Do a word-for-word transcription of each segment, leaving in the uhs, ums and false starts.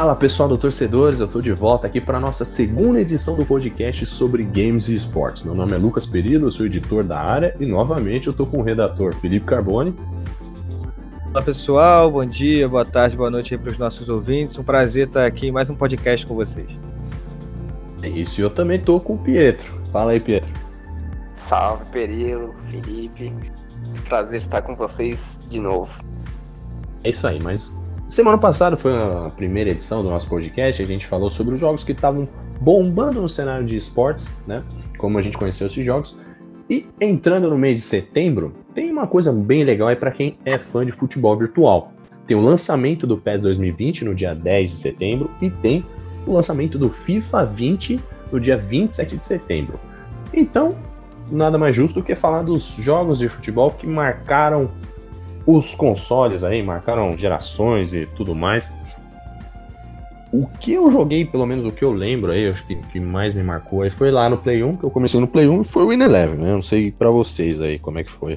Fala pessoal do Torcedores, eu tô de volta aqui para nossa segunda edição do podcast sobre games e esportes. Meu nome é Lucas Perillo, eu sou editor da área e novamente eu tô com o redator Felipe Carboni. Olá pessoal, bom dia, boa tarde, boa noite aí para os nossos ouvintes. Um prazer estar aqui em mais um podcast com vocês. É isso, e eu também tô com o Pietro. Fala aí, Pietro. Salve Perillo, Felipe, prazer estar com vocês de novo. É isso aí, mas semana passada foi a primeira edição do nosso podcast, a gente falou sobre os jogos que estavam bombando no cenário de esportes, né? Como a gente conheceu esses jogos. E entrando no mês de setembro, tem uma coisa bem legal aí para quem é fã de futebol virtual. Tem o lançamento do PES dois mil e vinte no dia dez de setembro e tem o lançamento do FIFA vinte no dia vinte e sete de setembro. Então, nada mais justo do que falar dos jogos de futebol que marcaram os consoles aí, marcaram gerações e tudo mais. O que eu joguei, pelo menos o que eu lembro aí, acho que que mais me marcou aí foi lá no Play um, que eu comecei no Play um e foi o Win Eleven, né? Eu não sei pra vocês aí como é que foi.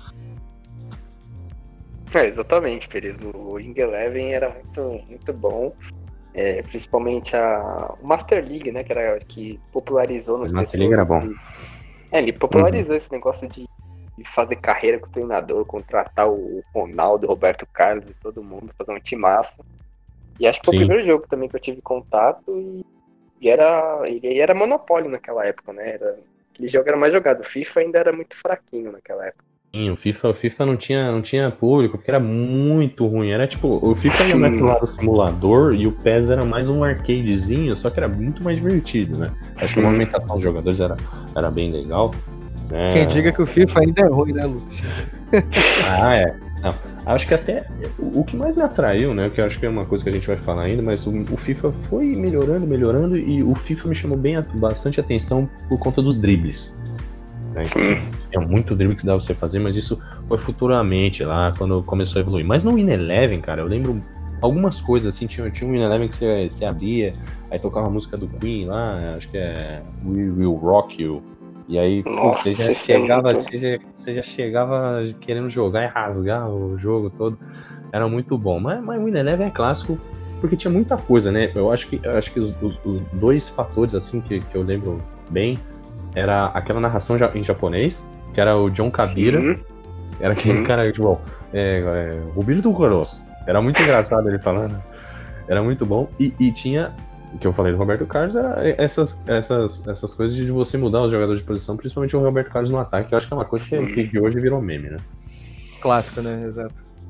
É, exatamente, Perillo. O Win Eleven era muito, muito bom. É, principalmente a o Master League, né? Que era que popularizou nas Mas Master pessoas. League era bom. É, ele popularizou uhum. esse negócio de fazer carreira com o treinador, contratar o Ronaldo, o Roberto Carlos e todo mundo, fazer um timaço. E acho que foi Sim. o primeiro jogo também que eu tive contato e, e era, ele era monopólio naquela época, né? Era, aquele jogo era mais jogado. O FIFA ainda era muito fraquinho naquela época. Sim, o FIFA, o FIFA não tinha, não tinha público, porque era muito ruim. Era tipo, o FIFA ia mais pro lado simulador e o PES era mais um arcadezinho, só que era muito mais divertido, né? Acho que a movimentação dos jogadores era, era bem legal. Né? Quem diga que o FIFA ainda é ruim, né, Lucas? Ah, é. Não, acho que até o que mais me atraiu, né, que eu acho que é uma coisa que a gente vai falar ainda, mas o, o FIFA foi melhorando, melhorando e o FIFA me chamou bem, bastante atenção por conta dos dribles. Né? Tinha muito drible que dava pra você fazer, mas isso foi futuramente lá, quando começou a evoluir. Mas no Win Eleven, cara, eu lembro algumas coisas assim, tinha, tinha um Win Eleven que você, você abria, aí tocava a música do Queen lá, acho que é We Will Rock You. E aí, Nossa, pô, você já chegava, você já, você já chegava querendo jogar e rasgar o jogo todo. Era muito bom. Mas, mas o Win Eleven é clássico porque tinha muita coisa, né? Eu acho que, eu acho que os, os, os dois fatores assim que, que eu lembro bem era aquela narração em japonês, que era o John Kabira. Sim. Era aquele Sim. cara, tipo, é, é, Rubiro do Coroço. Era muito engraçado ele falando. Era muito bom. E, e tinha... O que eu falei do Roberto Carlos era essas, essas, essas coisas de você mudar os jogadores de posição, principalmente o Roberto Carlos no ataque, que eu acho que é uma coisa que, que hoje virou meme, né? Clássico, né? Exato.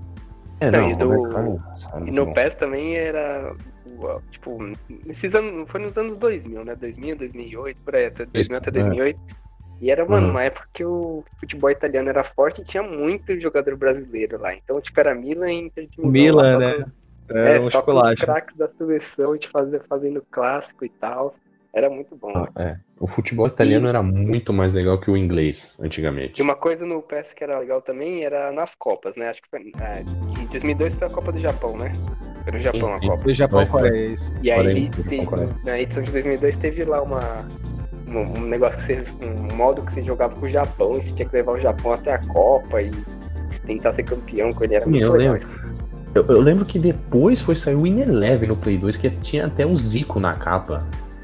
É, não, não, e, do... Carlos, e no PES também era, tipo, nesses anos, foi nos anos dois mil, né? dois mil, dois mil e oito, por aí, até dois mil, até dois mil e oito. E era, mano, uhum. uma época que o futebol italiano era forte e tinha muito jogador brasileiro lá. Então, tipo, era Milan e Inter de Milão. Milan, né? Com... É, é só com os craques da seleção, de fazer, fazendo clássico e tal. Era muito bom. Ah, é. O futebol italiano e... era muito mais legal que o inglês, antigamente. E uma coisa no PES que era legal também era nas Copas, né? Acho que foi. É, em dois mil e dois foi a Copa do Japão, né? Foi no Japão sim, sim. a Copa. Do Japão, Coreia, isso. E aí, teve, na edição de dois mil e dois, teve lá uma. Um, um negócio que você. Um modo que você jogava com o Japão e você tinha que levar o Japão até a Copa e tentar ser campeão com ele. Era muito eu legal. Lembro. Eu, eu lembro que depois foi sair o Win Eleven no Play dois, que tinha até o Zico na capa.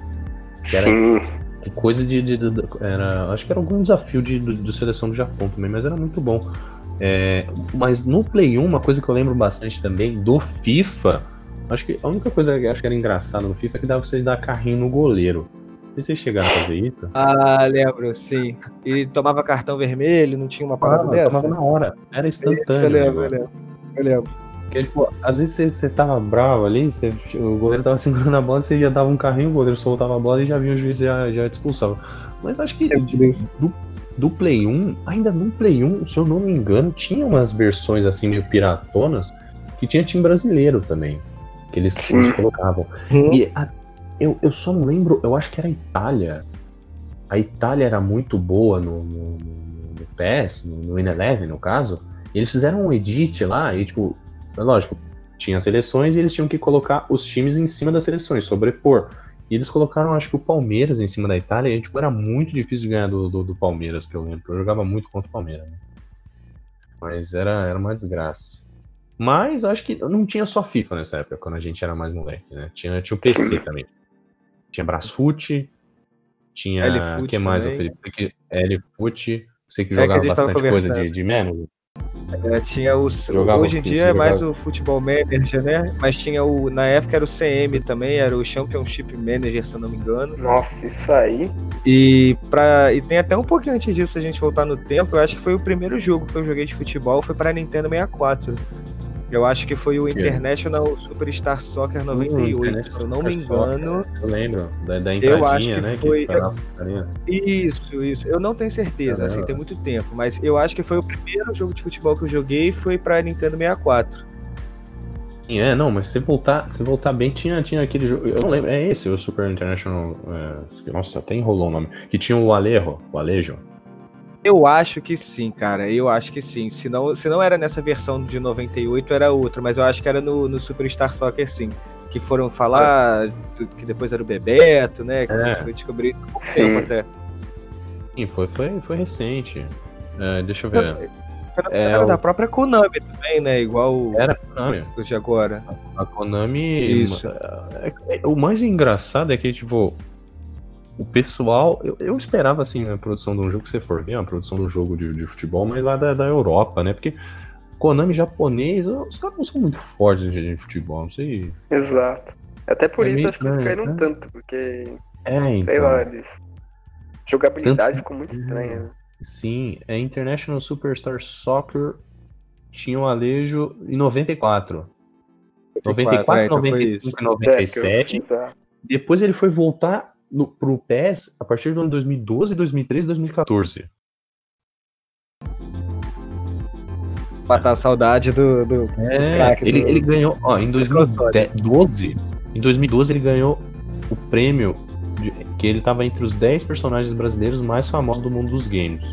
Que era Sim. coisa de, de, de, de. Era, acho que era algum desafio de, de, de seleção do Japão também, mas era muito bom. É, mas no Play um, uma coisa que eu lembro bastante também do FIFA, acho que a única coisa que eu acho que era engraçada no FIFA é que dava pra você dar carrinho no goleiro. Não sei se vocês chegaram a fazer isso. Ah, lembro, sim. E tomava cartão vermelho, não tinha uma parada ah, dessa? Tomava na hora, era instantâneo. Eu lembro, eu lembro, eu lembro. Porque, tipo, às vezes você, você tava bravo ali, você, o goleiro tava segurando a bola, você já dava um carrinho, o goleiro soltava a bola e já vinha o juiz já, já te expulsava. Mas acho que do, do Play um, ainda no Play um, se eu não me engano, tinha umas versões assim meio piratonas que tinha time brasileiro também, que eles, eles colocavam. Hum. E a, eu, eu só não lembro, eu acho que era a Itália. A Itália era muito boa no, no, no PES, no, no Win Eleven no caso, e eles fizeram um edit lá e tipo. Lógico, tinha seleções e eles tinham que colocar os times em cima das seleções, sobrepor. E eles colocaram, acho que o Palmeiras em cima da Itália, e tipo, era muito difícil de ganhar do, do, do Palmeiras, que eu lembro. Eu jogava muito contra o Palmeiras. Né? Mas era, era uma desgraça. Mas acho que não tinha só FIFA nessa época, quando a gente era mais moleque, né? Tinha, tinha o P C também. Tinha Brasfoot, tinha... O que mais, Felipe? L-Foot, você que jogava é que bastante coisa de, de menos. É, tinha o, hoje em dia é mais o Futebol Manager, né? Mas tinha o, na época era o C M também, era o Championship Manager, se eu não me engano. Nossa, isso aí. E, pra, e tem até um pouquinho antes disso, a gente voltar no tempo, eu acho que foi o primeiro jogo que eu joguei de futebol, foi pra Nintendo sessenta e quatro. Eu acho que foi o International Superstar Soccer noventa e oito, hum, se eu não me engano. Soccer, eu lembro, da, da entradinha, eu acho que né? Foi... Que eu... Isso, isso. Eu não tenho certeza, assim, tem muito tempo. Mas eu acho que foi o primeiro jogo de futebol que eu joguei e foi pra Nintendo sessenta e quatro. É, não, mas se voltar, se voltar bem, tinha, tinha aquele jogo. Eu não lembro, é esse, o Super International. É, nossa, até enrolou o nome. Que tinha o Alejo, o Alejo. Eu acho que sim, cara. Eu acho que sim. Se não, se não era nessa versão de noventa e oito, era outra. Mas eu acho que era no, no Superstar Soccer, sim. Que foram falar é. que depois era o Bebeto, né? Que é. a gente foi descobrir há pouco tempo até. Sim, foi, foi, foi recente. É, deixa eu ver. Era, era é, da o... própria Konami também, né? Igual era a Konami. De agora. A, a Konami... Isso. É, é, o mais engraçado é que, tipo... O pessoal, eu, eu esperava assim a produção de um jogo, que você for ver, a produção de um jogo de, de futebol, mas lá da, da Europa, né? Porque Konami japonês, os caras não são muito fortes de futebol, não sei. Exato. Até por é isso acho que eles caíram né? tanto, porque. É, então. Sei lá, eles. Jogabilidade tanto... ficou muito estranha. Né? Sim, é International Superstar Soccer tinha um Alejo em noventa e quatro. noventa e quatro, noventa e cinco e noventa e sete. É, depois ele foi voltar. No, pro P E S a partir do ano dois mil e doze, dois mil e treze e dois mil e quatorze. Matar a saudade do. do é, ele, do... ele ganhou. Ó, em dois mil e doze. Em dois mil e doze ele ganhou o prêmio de, que ele tava entre os dez personagens brasileiros mais famosos do mundo dos games.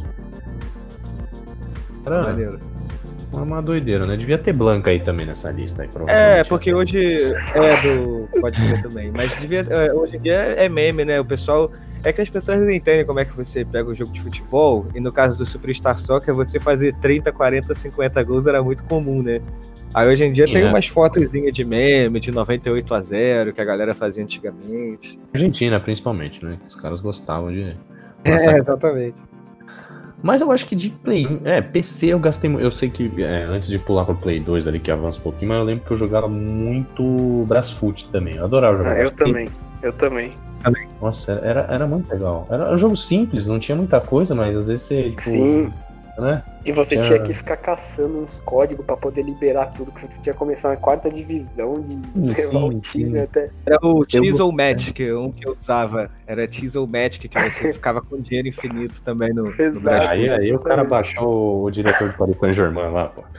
Era Maneiro. Uma, uma doideira, né? Devia ter Blanca aí também nessa lista. Aí, é, porque hoje é do. Pode ser também. Mas devia, hoje em dia é meme, né? O pessoal. É que as pessoas não entendem como é que você pega um jogo de futebol. E no caso do Superstar Soccer, você fazer trinta, quarenta, cinquenta gols era muito comum, né? Aí hoje em dia Sim, tem é. umas fotozinhas de meme de noventa e oito a zero que a galera fazia antigamente. Argentina, principalmente, né? Os caras gostavam de. É, exatamente. Mas eu acho que de Play um, é, P C eu gastei, eu sei que é, antes de pular pro Play dois ali, que avança um pouquinho, mas eu lembro que eu jogava muito Brasfoot também, eu adorava jogar. Ah, eu também, eu também. Nossa, era, era muito legal, era um jogo simples, não tinha muita coisa, mas às vezes você, tipo... Sim. Né? E você tinha... tinha que ficar caçando uns códigos pra poder liberar tudo, porque você tinha que começar na quarta divisão de levar o time até. Era o Teasel Magic, um que eu usava. Era Teasel Magic, que você ficava com dinheiro infinito também no. Exato. No aí, aí o cara baixou o diretor do Paris Saint-Germain lá, pô.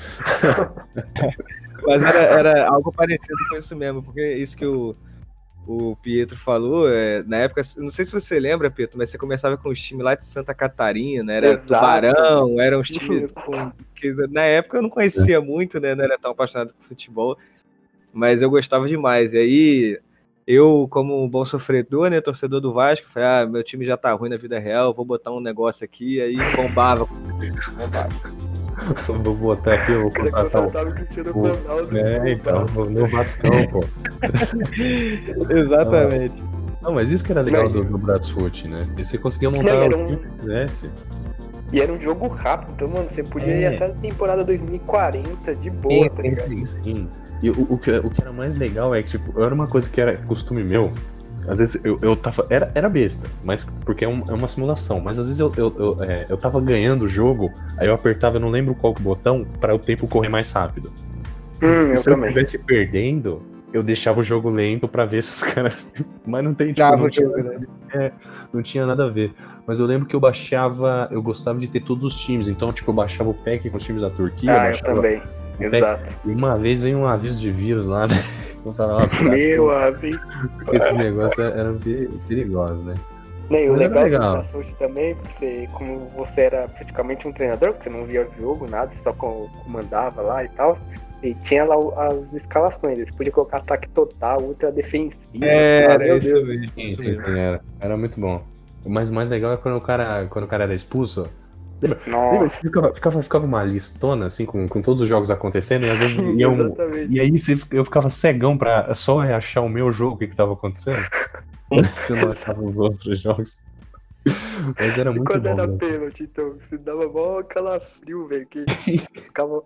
Mas era, era algo parecido com isso mesmo, porque isso que o. O Pietro falou, é, na época, não sei se você lembra, Pietro, mas você começava com os times lá de Santa Catarina, era Exato. Tubarão, eram os times com, que na época eu não conhecia muito, né, não era tão apaixonado por futebol, mas eu gostava demais. E aí, eu, como um bom sofredor, né, torcedor do Vasco, falei, ah, meu time já tá ruim na vida real, vou botar um negócio aqui, aí bombava. bombava. Vou botar aqui, eu vou contratar o Cristiano Ronaldo. É, então, no Vascão, pô. Exatamente. Não, mas isso que era legal do, do Brasfoot, né? E você conseguia montar não, o que um... quisesse. E era um jogo rápido, então, mano, você podia é. ir até a temporada dois mil e quarenta de boa, sim, tá ligado? Sim, sim. E o, o, que, o que era mais legal é que, tipo, era uma coisa que era costume meu. Às vezes eu, eu tava. Era, era besta, mas porque é, um, é uma simulação. Mas às vezes eu, eu, eu, é, eu tava ganhando o jogo, aí eu apertava, eu não lembro qual botão, para o tempo correr mais rápido. Hum, e se eu, eu estivesse perdendo, eu deixava o jogo lento pra ver se os caras. Mas não tem tipo, não, não, tinha, tinha, né? é, não tinha nada a ver. Mas eu lembro que eu baixava. Eu gostava de ter todos os times. Então, tipo, eu baixava o pack com os times da Turquia. Ah, eu, eu também. Exato. E uma vez veio um aviso de vírus lá, né? Eu falava, meu amigo. Esse negócio era perigoso, né? Nem, o legal, legal. da sorte também, você, como você era praticamente um treinador, porque você não via o jogo, nada, você só comandava lá e tal. E tinha lá as escalações, você podia colocar ataque total, ultra defensivo. É, assim, era meu Deus. Sim, sim, sim, era. Era muito bom. Mas o mais legal é quando o cara, quando o cara era expulso. Lembra? Lembra que ficava, ficava, ficava uma listona, assim, com, com todos os jogos acontecendo, e às vezes Sim, iam, exatamente. e aí você- eu ficava cegão pra só achar o meu jogo, o que que tava acontecendo. Você não achava os outros jogos. Mas era E muito quando bom, era né? pênalti, então, você dava mó calafrio, velho, que ficava...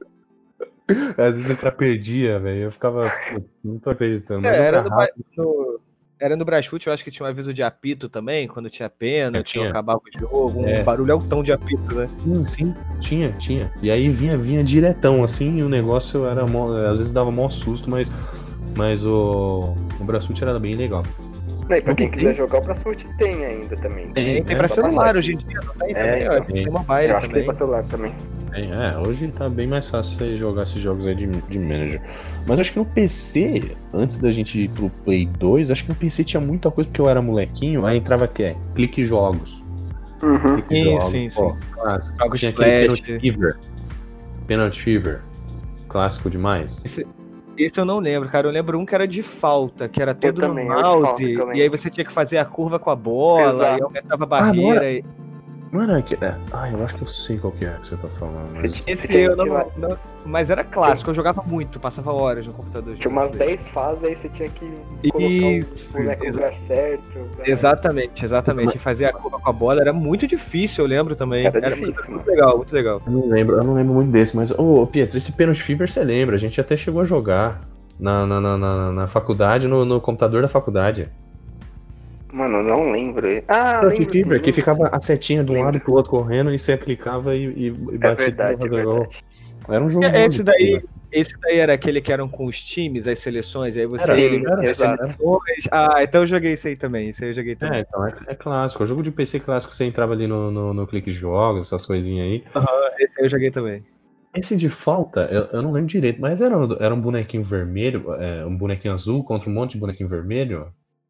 Às vezes o cara perdia, velho. Eu ficava, putz, não tô acreditando. Mas É, jogo era era no, Ba- rápido. no- era no Brasfoot, eu acho que tinha um aviso de apito também, quando tinha pênalti, ou Tinha. acabava o jogo, um É. barulho altão de apito, né? Sim, sim, tinha, tinha. E aí vinha, vinha diretão, assim, e o negócio era mó, às vezes dava mó susto, mas, mas o, o Brasfoot era bem legal. Não, e pra Não quem tem. quiser jogar, o Brasfoot tem ainda também. Tem, Tem é, pra só celular baixar. hoje em dia, não tem É, também, ó. então. Tem mobile Eu acho que tem também. pra celular também. Tem, é, hoje tá bem mais fácil você jogar esses jogos aí de, de manager. Mas acho que no P C, antes da gente ir pro Play dois, acho que no P C tinha muita coisa, porque eu era molequinho, aí entrava que é, clique jogos. Uhum. Clique Sim, jogos, sim, pô, sim. clássico. Jogos Tinha aquele Flash. Penalty Fever. Penalty Fever. Clássico demais. Esse, esse eu não lembro, cara. Eu lembro um que era de falta, que era todo no também, eu de falta mouse, que eu e aí lembro. você tinha que fazer a curva com a bola, Exato. e aumentava a barreira. e... Mano, é que, é, ah, eu acho que eu sei qual que é que você tá falando. Mas... Esse Tinha- eu não, tinha- não- Mas era clássico, eu jogava muito, passava horas no computador. Tinha umas jogando isso dez fases, aí você tinha que aí. colocar Isso, o boneco no exa- lugar certo. pra- Exatamente, exatamente. E fazer a curva com a bola era muito difícil, eu lembro também. Era muito, difícil, muito mano. legal, muito legal. Eu não lembro, eu não lembro muito desse, mas, ô Pietro, esse Penalty Fever você lembra, a gente até chegou a jogar na, na, na, na, na faculdade, no, no computador da faculdade. Mano, eu não lembro. Ah, Penalty lembro sim, Fever, que lembro ficava sim. a setinha de um Lembro. lado pro outro correndo e você clicava e, e, e É batia verdade, pra é fazer gol. verdade. Era um jogo bom Esse de daí, jogar. esse daí era aquele que eram com os times, as seleções, e aí você Era, eliminava era, as exato. seleções. Ah, então eu joguei esse aí também. Esse aí eu joguei É, também. então, é, é clássico. O jogo de P C clássico, você entrava ali no, no, no clique de jogos, essas coisinhas aí. Aham, esse aí eu joguei também. Esse de falta, eu, eu não lembro direito, mas era, um- era um bonequinho vermelho, é, um bonequinho azul contra um monte de bonequinho vermelho.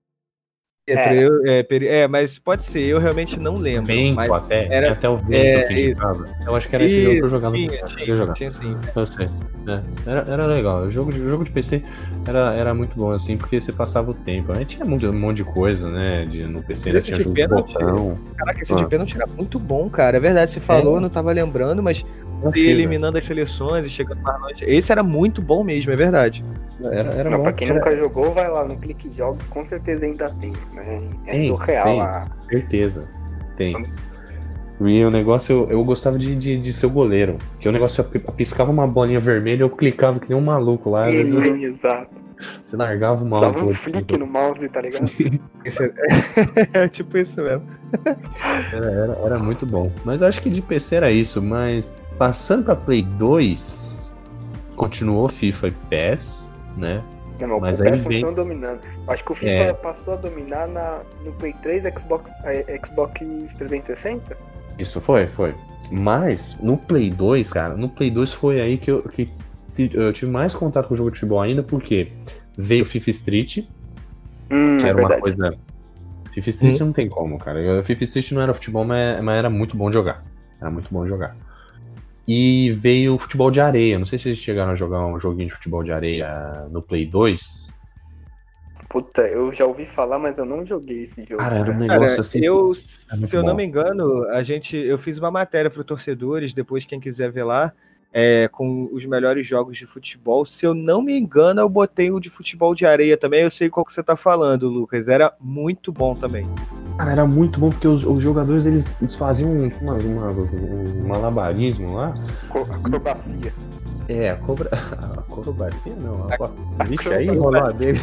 Pietro, Era. eu, é, peri- é, mas pode ser, eu realmente não lembro. Vento mas até, era- tinha até o vento é, que isso. indicava. Eu acho que era esse jogo que eu jogava. tinha, eu queria tinha, jogar. tinha sim. Eu sei. É, era, era legal. O jogo de, o jogo de P C era, era muito bom, assim, porque você passava o tempo. Né? Tinha muito, um monte de coisa, né? De, no P C ainda Esse tinha de jogo de pênalti, botão. Caraca, esse Ah. de pênalti era muito bom, cara. É verdade, você falou, É. eu não tava lembrando, mas Eu você achei, eliminando as seleções e chegando mais longe. Esse era muito bom mesmo, é verdade. velho. Era, era Não, bom. pra quem era- nunca jogou, vai lá no Clique Jogos, com certeza ainda tem, né? É Tem, surreal tem. a... Certeza. Tem. E o negócio, eu, eu gostava de, de, de ser o goleiro. Que o negócio eu piscava uma bolinha vermelha e eu clicava que nem um maluco lá. Às vezes Sim, exato. você largava o mouse. Dava um pro- flick no mouse, tá ligado? Esse é... é tipo isso mesmo. Era, era, era muito bom. Mas eu acho que de P C era isso. Mas passando pra Play dois, continuou FIFA e P E S, né? Não, mas Mas o aí P E S vem- continua dominando. Acho que o FIFA É. passou a dominar na, no Play três, Xbox, eh, Xbox trezentos e sessenta. Isso foi, foi. Mas no Play dois, cara, no Play dois foi aí que eu, que ti- eu tive mais contato com o jogo de futebol ainda, porque veio o FIFA Street, Hum, que é era uma verdade. coisa. FIFA Street não tem como, cara. O FIFA Street não era futebol, mas, mas era muito bom de jogar. Era muito bom de jogar. E veio o futebol de areia. Não sei se vocês chegaram a jogar um joguinho de futebol de areia no Play dois. Puta, eu já ouvi falar, mas eu não joguei esse jogo. Cara, era um Cara, negócio assim. eu, é muito se eu não bom. me engano, a gente, eu fiz uma matéria para torcedores, depois quem quiser ver lá, é, com os melhores jogos de futebol. Se eu não me engano, eu botei o de futebol de areia também. Eu sei qual que você tá falando, Lucas. Era muito bom também. Cara, era muito bom porque os, os jogadores eles, eles faziam umas, umas, um malabarismo lá. Co- Acrobacia. É, a cobra. A acrobacia não. A... A Vixe, aí acrobacia. enrolou a dele.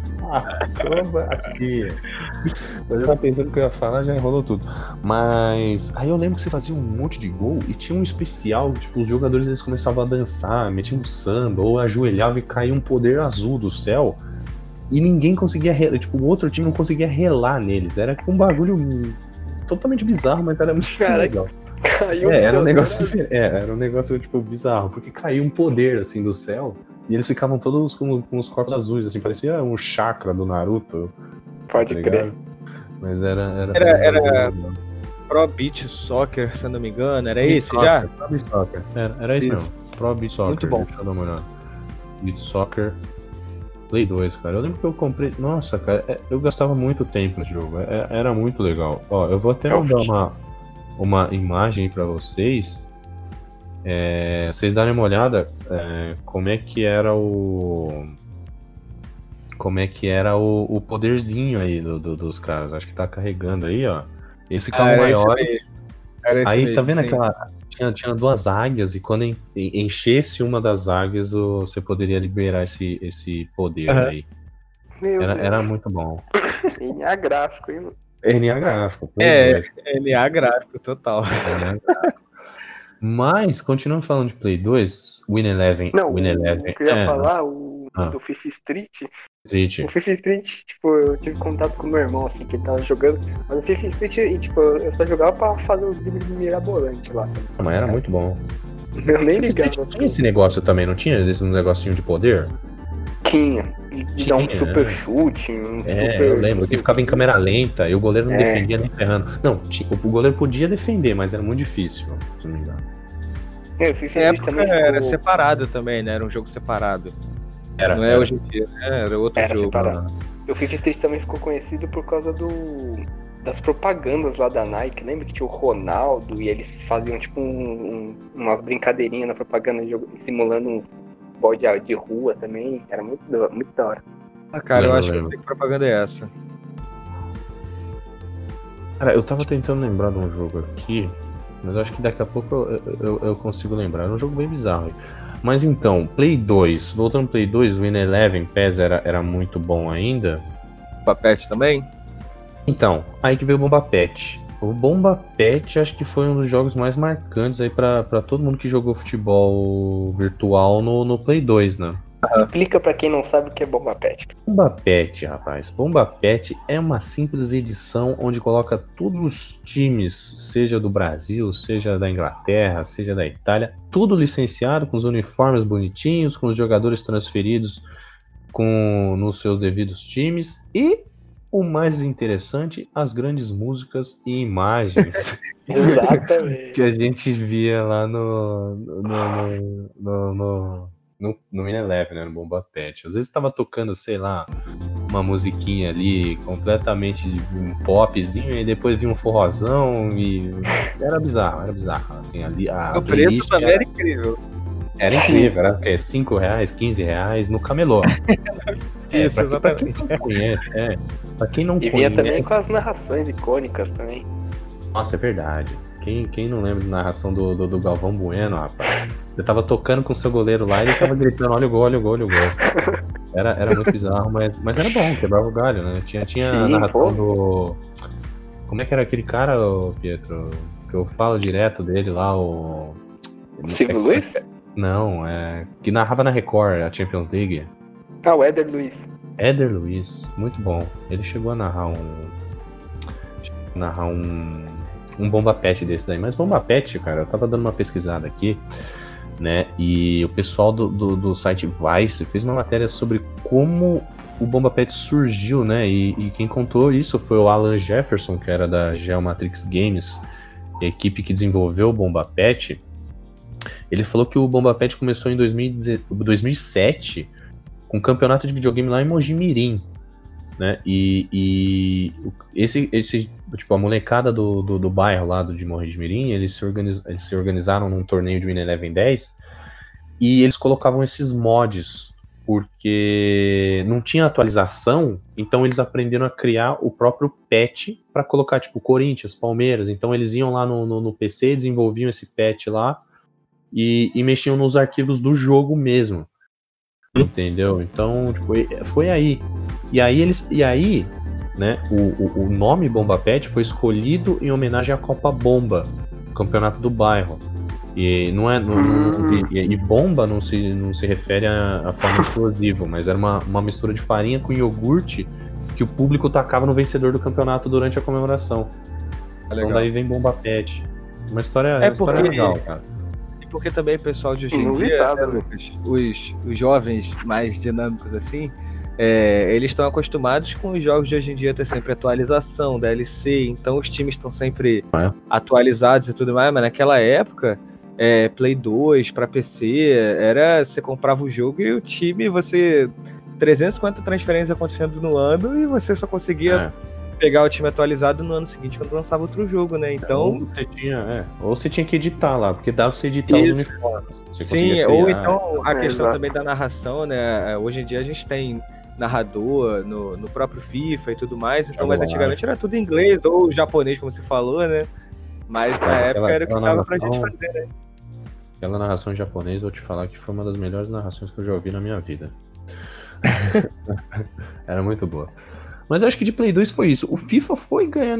Acrobacia. Eu tava pensando que eu ia falar, já enrolou tudo. Mas aí eu lembro que você fazia um monte de gol e tinha um especial, tipo, os jogadores eles começavam a dançar, metiam um samba, ou ajoelhavam e caía um poder azul do céu. E ninguém conseguia relar, tipo, o outro time não conseguia relar neles. Era um bagulho totalmente bizarro, mas era muito Caraca. legal. Caiu É, era um poder negócio azul. diferente. É, era um negócio, tipo, bizarro, porque caiu um poder, assim, do céu, e eles ficavam todos com, com os corpos azuis, assim, parecia um chakra do Naruto, Pode tá crer. ligado? Mas era... Era, Era- era- Pro Beach Soccer, se eu não me engano, era esse já? Pro Beach Soccer. Era, era isso Isso. mesmo. Pro Beach Soccer. Muito bom. Deixa eu dar uma olhada. Beach Soccer Play dois, cara. Eu lembro que eu comprei... Nossa, cara, é- eu gastava muito tempo nesse jogo. É- Era muito legal. Ó, eu vou até É o mandar fute- uma... uma imagem para vocês. É, vocês darem uma olhada é, como é que era o. Como é que era o, o poderzinho aí do, do- dos caras. Acho que tá carregando aí, ó. Esse carro Ah, era esse maior. mesmo. Era esse Aí, mesmo, tá vendo sim. aquela. Tinha, tinha duas águias, e quando en- en- enchesse uma das águias, o- você poderia liberar esse, esse poder Aham. aí. Meu Era, Deus. era muito bom. N A gráfico, hein? N A gráfico, Play É, dois. N A gráfico, total. N A gráfico. Mas, continuando falando de Play dois, Win Eleven. Não, Win o Eleven. que eu ia É, falar, o Ah. do Fifa Street. Street. O Fifa Street, tipo, eu tive contato com o meu irmão, assim, que ele tava jogando. Mas o Fifa Street, e, tipo, eu só jogava pra fazer os dribles mirabolantes lá. Mas era muito bom. Eu nem Street ligava. tinha esse negócio também, não tinha? Esse negocinho de poder? Tinha. De dar um Tinha, super é. chute. Um É, super, eu lembro, que ficava em câmera lenta e o goleiro não É. defendia nem ferrando. Não, ti- o goleiro podia defender, mas era muito difícil, se não me engano. É, o Fifa Na Street época também era ficou... separado também, né? Era um jogo separado. Era, Não é era. hoje em dia, né? Era outro Era jogo. separado. O Fifa Street também ficou conhecido por causa do das propagandas lá da Nike. Lembra que tinha o Ronaldo e eles faziam tipo um, um, umas brincadeirinhas na propaganda jogo- simulando um futebol de, de rua também. Era muito, da- muito da hora. Ah, cara, eu Lembro, acho que eu lembro. sei que propaganda é essa. Cara, eu tava tentando lembrar de um jogo aqui, mas eu acho que daqui a pouco eu, eu, eu consigo lembrar. Era um jogo bem bizarro. Mas então, Play dois, voltando ao Play dois, o Win Eleven P E S era, era muito bom ainda. Papete também? Então, aí que veio o Bomba Pet. O Bomba Pet acho que foi um dos jogos mais marcantes aí pra, pra todo mundo que jogou futebol virtual no, no Play dois, né? Explica pra quem não sabe o que é Bomba Pet. Bomba Pet, rapaz. Bomba Pet é uma simples edição onde coloca todos os times, seja do Brasil, seja da Inglaterra, seja da Itália, tudo licenciado, com os uniformes bonitinhos, com os jogadores transferidos com, nos seus devidos times e, o mais interessante, as grandes músicas e imagens Exatamente. que a gente via lá no no, no, no, no, no, no Win Eleven, né, no Bomba Pet. Às vezes tava tocando, sei lá, uma musiquinha ali completamente de um popzinho e depois vinha um forrozão e era bizarro, era bizarro. Assim, ali, a O preço playlist também era, era incrível. era incrível, era o quê? cinco reais, quinze reais no camelô. É, Isso, pra, pra quem exatamente. não conhece, é. Pra quem não E vinha conhece. também com as narrações icônicas também. Nossa, é verdade. Quem, quem não lembra da narração do, do, do Galvão Bueno, rapaz? Você tava tocando com o seu goleiro lá e ele tava gritando: olha o gol, olha o gol, olha o gol. Era, era muito bizarro, mas, mas era bom, quebrava o galho, né? Tinha, tinha a Sim, narração pô. do. Como é que era aquele cara, ô, Pietro? Que eu falo direto dele lá, o. Silvio Luiz? Não, é. Que narrava na Record, a Champions League. Ah, o Éder Luiz. Éder Luiz, muito bom. Ele chegou a narrar um. Narrar um. Um Bomba Pet desses aí. Mas Bomba Pet, cara, eu tava dando uma pesquisada aqui, né? E o pessoal do, do, do site Vice fez uma matéria sobre como o Bomba Pet surgiu, né? E, e quem contou isso foi o Alan Jefferson, que era da Geomatrix Games, a equipe que desenvolveu o Bomba Pet. Ele falou que o Bomba Pet começou em dois mil e sete com um campeonato de videogame lá em Mogi Mirim, né? E, e esse, esse, tipo, a molecada do, do, do bairro lá do, de Mogi Mirim, eles se, organiz, eles se organizaram num torneio de Win Eleven dez e eles colocavam esses mods porque não tinha atualização, então eles aprenderam a criar o próprio patch para colocar, tipo, Corinthians, Palmeiras. Então eles iam lá no, no, no P C, desenvolviam esse patch lá e, e mexiam nos arquivos do jogo mesmo. Entendeu? Então, tipo, foi aí. E aí eles. E aí, né, o, o, o nome Bomba Pet foi escolhido em homenagem à Copa Bomba, campeonato do bairro. E não é. Não, não, e, e bomba não se, não se refere a, a forma explosiva, mas era uma, uma mistura de farinha com iogurte que o público tacava no vencedor do campeonato durante a comemoração. É então daí vem Bomba Pet. Uma história, É uma história porque- legal, cara. E porque também o pessoal de hoje em dia, Inusitado, né, né? Lucas, os, os jovens mais dinâmicos assim, é, eles estão acostumados com os jogos de hoje em dia ter sempre atualização, D L C, então os times estão sempre É. atualizados e tudo mais, mas naquela época, é, Play dois para P C, era você comprava o jogo e o time, você trezentas e cinquenta transferências acontecendo no ano e você só conseguia É. pegar o time atualizado no ano seguinte quando lançava outro jogo, né? Então. Ou você tinha, é, ou você tinha que editar lá, porque dava pra você editar Isso. os uniformes. Você Sim, ou então a É, questão exato. também da narração, né? Hoje em dia a gente tem narrador no, no próprio FIFA e tudo mais, então, mas antigamente era tudo em inglês ou japonês, como você falou, né? Mas na Mas época aquela- era o que aquela dava pra gente narração- fazer, né? Aquela narração em japonês, eu vou te falar que foi uma das melhores narrações que eu já ouvi na minha vida. Era muito boa. Mas eu acho que de Play dois foi isso. O FIFA foi ganhando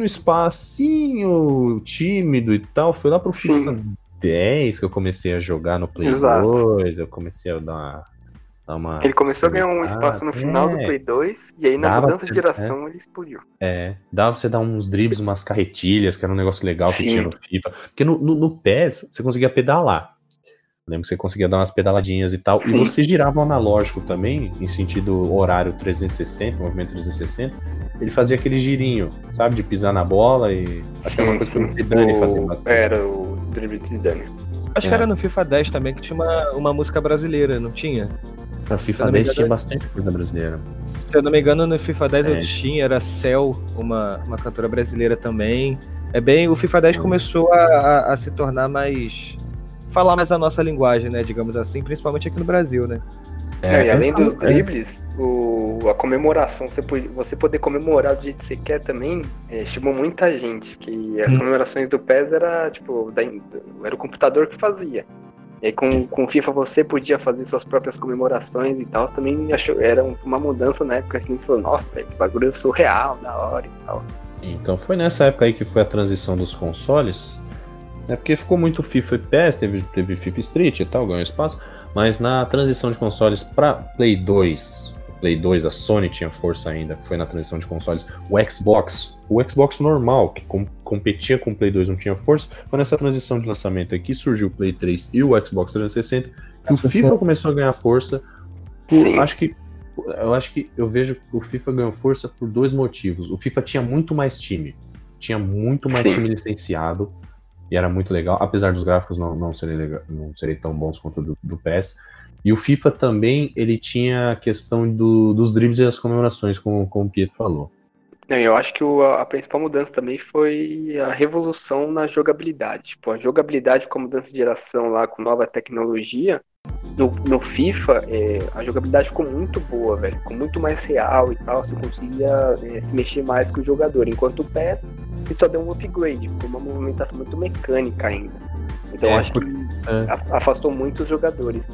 espacinho tímido e tal. Foi lá pro FIFA dez que eu comecei a jogar no Play Exato. dois. Eu comecei a dar uma. Dar uma Ele começou a ganhar um espaço no final do É. Play dois, e aí na Dava mudança de pra- geração ele explodiu. É, dava pra você dar uns dribles, umas carretilhas, que era um negócio legal que Sim. tinha no FIFA. Porque no, no, no P E S você conseguia pedalar. Lembro que você conseguia dar umas pedaladinhas e tal. E Sim. você girava o analógico também, em sentido horário trezentos e sessenta, movimento trezentos e sessenta. Ele fazia aquele girinho, sabe? De pisar na bola e. Acho que é uma Sim, coisa que sim. o Zidane O- fazia bastante. Era o drible de Zidane. Acho É. que era no FIFA dez também que tinha uma, uma música brasileira, não tinha? Na Se FIFA eu não me dez tinha engano- bastante coisa brasileira. Se eu não me engano, no FIFA dez É. eu tinha, era Cel, uma, uma cantora brasileira também. É bem, o FIFA dez começou a, a, a se tornar mais. Falar mais a nossa linguagem, né? Digamos assim, principalmente aqui no Brasil, né? Não, e além então, dos é, dribles, o, a comemoração, você, pode, você poder comemorar do jeito que você quer também, é, chamou muita gente. Que as Hum. comemorações do P E S era, tipo, da, era o computador que fazia. E aí com, com o FIFA você podia fazer suas próprias comemorações e tal. Também achou, era uma mudança na época que a gente falou, nossa, velho, que bagulho surreal, da hora e tal. Então foi nessa época aí que foi a transição dos consoles, né? Porque ficou muito FIFA e P E S, teve, teve FIFA Street e tal, ganhou espaço, mas na transição de consoles para Play dois, o Play dois, a Sony tinha força ainda, foi na transição de consoles, o Xbox, o Xbox normal, que com, competia com o Play dois, não tinha força, foi nessa transição de lançamento aqui, surgiu o Play três e o Xbox trezentos e sessenta, que o FIFA começou a ganhar força, por, Sim. acho que eu acho que eu vejo que o FIFA ganhou força por dois motivos. O FIFA tinha muito mais time. Tinha muito mais Sim. time licenciado. E era muito legal, apesar dos gráficos não, não, serem, legal, não serem tão bons quanto do, do P E S. E o FIFA também, ele tinha a questão do, dos dribles e as comemorações, como, como o Pietro falou. Não, eu acho que o, a principal mudança também foi a revolução na jogabilidade. Tipo, a jogabilidade com a mudança de geração lá, com nova tecnologia, no, no FIFA, é, a jogabilidade ficou muito boa, velho. Ficou muito mais real e tal, você conseguia é, se mexer mais com o jogador. Enquanto o P E S, ele só deu um upgrade, ficou uma movimentação muito mecânica ainda. Então É, acho que é. a- afastou muito os jogadores.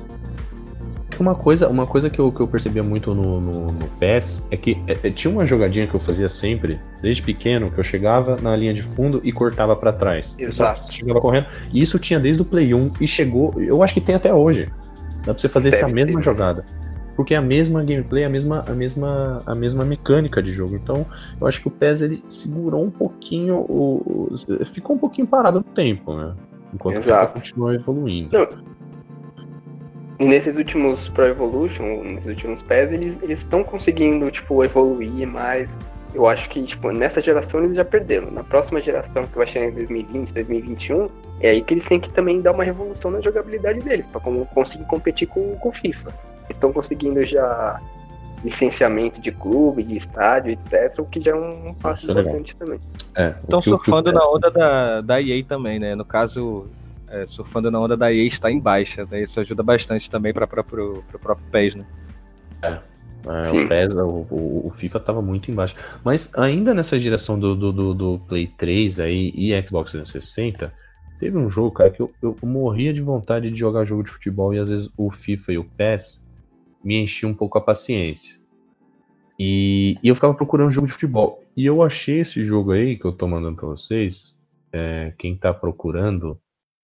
Uma coisa, uma coisa que, eu, que eu percebia muito no, no, no P E S é que é, é, tinha uma jogadinha que eu fazia sempre, desde pequeno, que eu chegava na linha de fundo e cortava pra trás. Eu só Exato. chegava correndo. E isso tinha desde o Play um e chegou, eu acho que tem até hoje. Dá pra você fazer Deve essa mesma ter. jogada. Porque é a mesma gameplay, a mesma, a mesma, a mesma mecânica de jogo. Então, eu acho que o P E S ele segurou um pouquinho, o, o- ficou um pouquinho parado no tempo, né? Enquanto o FIFA Exato. continuou evoluindo. Não. E nesses últimos Pro Evolution, nesses últimos P E S, eles eles estão conseguindo, tipo, evoluir mais. Eu acho que, tipo, nessa geração eles já perderam. Na próxima geração, que vai chegar em dois mil e vinte, dois mil e vinte e um, é aí que eles têm que também dar uma revolução na jogabilidade deles, pra como- conseguir competir com com o FIFA. Eles estão conseguindo já licenciamento de clube, de estádio, etcétera, o que já é um passo Isso é legal. importante também. É, o Estão que o- surfando que o- na onda da, da E A também, né? No caso, é, surfando na onda da E A está em baixa, né? Isso ajuda bastante também para o próprio P E S, né? É, Sim. o, P E S, o, o- o FIFA tava muito embaixo. Mas ainda nessa geração do, do, do, do Play três aí e Xbox trezentos e sessenta, teve um jogo, cara, que eu, eu morria de vontade de jogar jogo de futebol e às vezes o FIFA e o P E S me enchiam um pouco a paciência. E, e eu ficava procurando jogo de futebol. E eu achei esse jogo aí que eu tô mandando pra vocês. É, quem tá procurando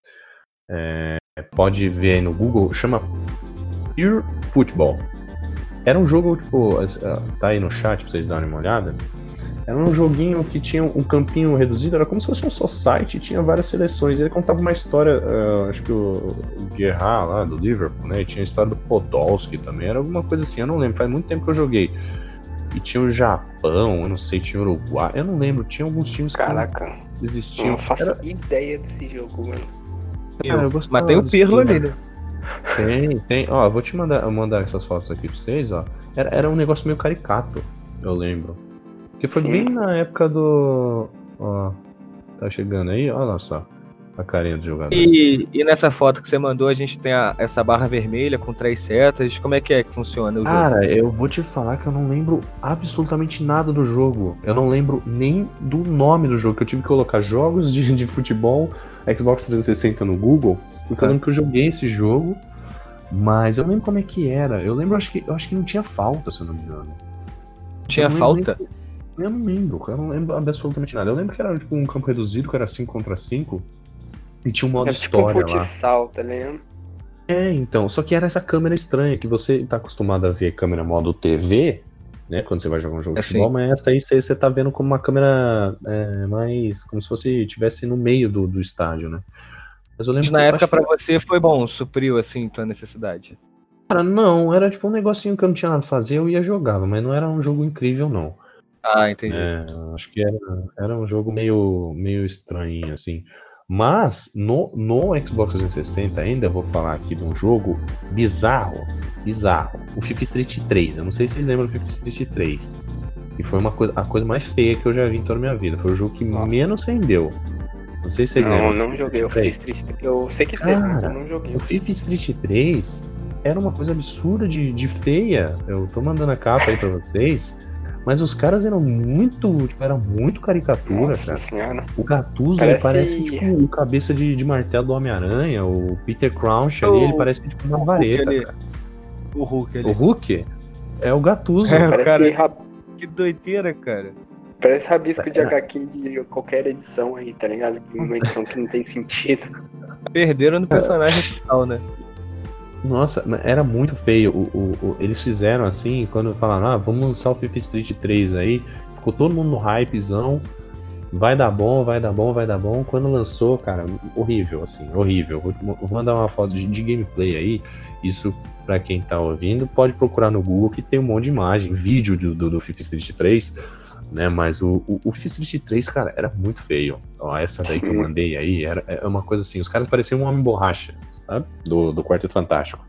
é, pode ver aí no Google, chama Pure Football. Era um jogo, tipo, as- ah, tá aí no chat pra vocês darem uma olhada. Era um joguinho que tinha um campinho reduzido, era como se fosse um society, tinha várias seleções. Ele contava uma história, ah, acho que o, o Gerrard lá do Liverpool, né? E tinha a história do Podolski também, era alguma coisa assim, eu não lembro, faz muito tempo que eu joguei. E tinha o Japão, eu não sei, tinha o Uruguai, eu não lembro, tinha alguns times Caraca, que existiam. não faço Era- ideia desse jogo, mano. Cara, eu gostava Mas tem o desse Pirlo jogo. ali, né? Tem, tem. Ó, eu vou te mandar, mandar essas fotos aqui pra vocês, ó. Era, era um negócio meio caricato, eu lembro. Porque foi Sim. bem na época do... Ó, tá chegando aí, olha só a carinha dos jogadores. E, e nessa foto que você mandou, a gente tem a, essa barra vermelha com três setas. Como é que é que funciona o jogo? Cara, eu vou te falar que eu não lembro absolutamente nada do jogo. Eu não lembro nem do nome do jogo, que eu tive que colocar jogos de, de futebol, Xbox trezentos e sessenta no Google, porque eu lembro que eu joguei esse jogo, mas eu não lembro como é que era. Eu lembro, acho que, eu acho que não tinha falta, se eu não me engano. Tinha Eu não falta? lembro nem- Eu não lembro, cara, eu não lembro absolutamente nada. Eu lembro que era tipo um campo reduzido, que era cinco contra cinco, e tinha um modo É tipo um história lá. futsal, tá ligado? É, então, só que era essa câmera estranha, que você tá acostumado a ver câmera modo T V, né, quando você vai jogar um jogo de Assim. futebol, mas essa aí você, você tá vendo como uma câmera é, mais, como se fosse estivesse no meio do, do estádio, né. Mas eu lembro Mas na que eu época acho que- pra você foi bom, supriu assim tua necessidade. Cara, não, era tipo um negocinho que eu não tinha nada a fazer, eu ia jogava, mas não era um jogo incrível, não. Ah, entendi. É, acho que era, era um jogo meio, meio estranho, assim. Mas no, no Xbox trezentos e sessenta ainda eu vou falar aqui de um jogo bizarro, bizarro. O FIFA Street três. Eu não sei se vocês lembram do FIFA Street três. E foi uma coisa, a coisa mais feia que eu já vi em toda a minha vida. Foi o jogo que Nossa. menos rendeu. Não sei se vocês Não, lembram. não joguei. Eu fiz triste. Eu sei que fez, Cara, mas eu não joguei. O FIFA Street três era uma coisa absurda de, de feia. Eu tô mandando a capa aí pra vocês. Mas os caras eram muito, tipo, era muito caricatura, Nossa cara. senhora. O Gattuso, Parece- ele parece tipo o cabeça de, de martelo do Homem-Aranha. O Peter Crouch ali, O- ele parece tipo uma o Hulk vareta, ali. cara. O Hulk ali. O Hulk é o Gattuso. É, Parece, cara. rab- Que doideira, cara. parece rabisco de É. H Q de qualquer edição aí, tá ligado? Uma edição que não tem sentido. Perderam no personagem total, né? Nossa, mas era muito feio. O, o- o- eles fizeram assim, quando falaram, ah, vamos lançar o FIFA Street três aí. Ficou todo mundo no hypezão. Vai dar bom, vai dar bom, vai dar bom. Quando lançou, cara, horrível, assim, horrível. Vou, vou mandar uma foto de, de gameplay aí. Isso, pra quem tá ouvindo, pode procurar no Google que tem um monte de imagem, vídeo do, do, do FIFA Street três, né? Mas o, o, o FIFA Street três, cara, era muito feio. Ó, essa daí que eu Sim. mandei aí, era, é uma coisa assim, os caras pareciam um homem borracha, sabe? Do, do Quarteto Fantástico.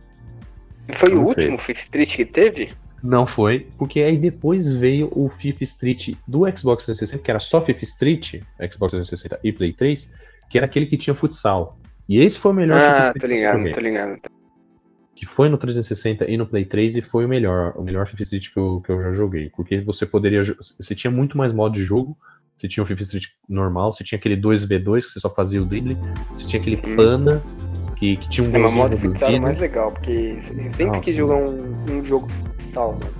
Foi o Não último FIFA Street que teve? Não foi, porque aí depois veio o FIFA Street do Xbox trezentos e sessenta, que era só FIFA Street, Xbox trezentos e sessenta e Play três, que era aquele que tinha futsal. E esse foi o melhor FIFA Ah, Street tô que eu ligado, joguei. tô ligado. Que foi no trezentos e sessenta e no Play três e foi o melhor, o melhor FIFA Street que eu, que eu já joguei. Porque você poderia. jo- Você tinha muito mais modo de jogo. Você tinha o FIFA Street normal, você tinha aquele dois v dois que você só fazia o drible, você tinha aquele Sim. pana que, que tinha um É, mas golzinho modo futsal é reduzido. mais legal, porque eu sempre Nossa. quis jogar um, um jogo futsal, mano.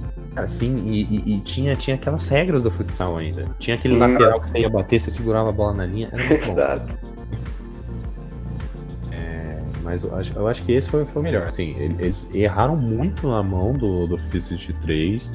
Assim, e, e- e tinha, tinha aquelas regras do futsal ainda. Tinha aquele Sim. lateral que você ia bater, você segurava a bola na linha. Era muito bom. Exato. Mas eu acho, eu acho que esse foi, foi o melhor. Assim, eles erraram muito na mão do, do FIFA Street três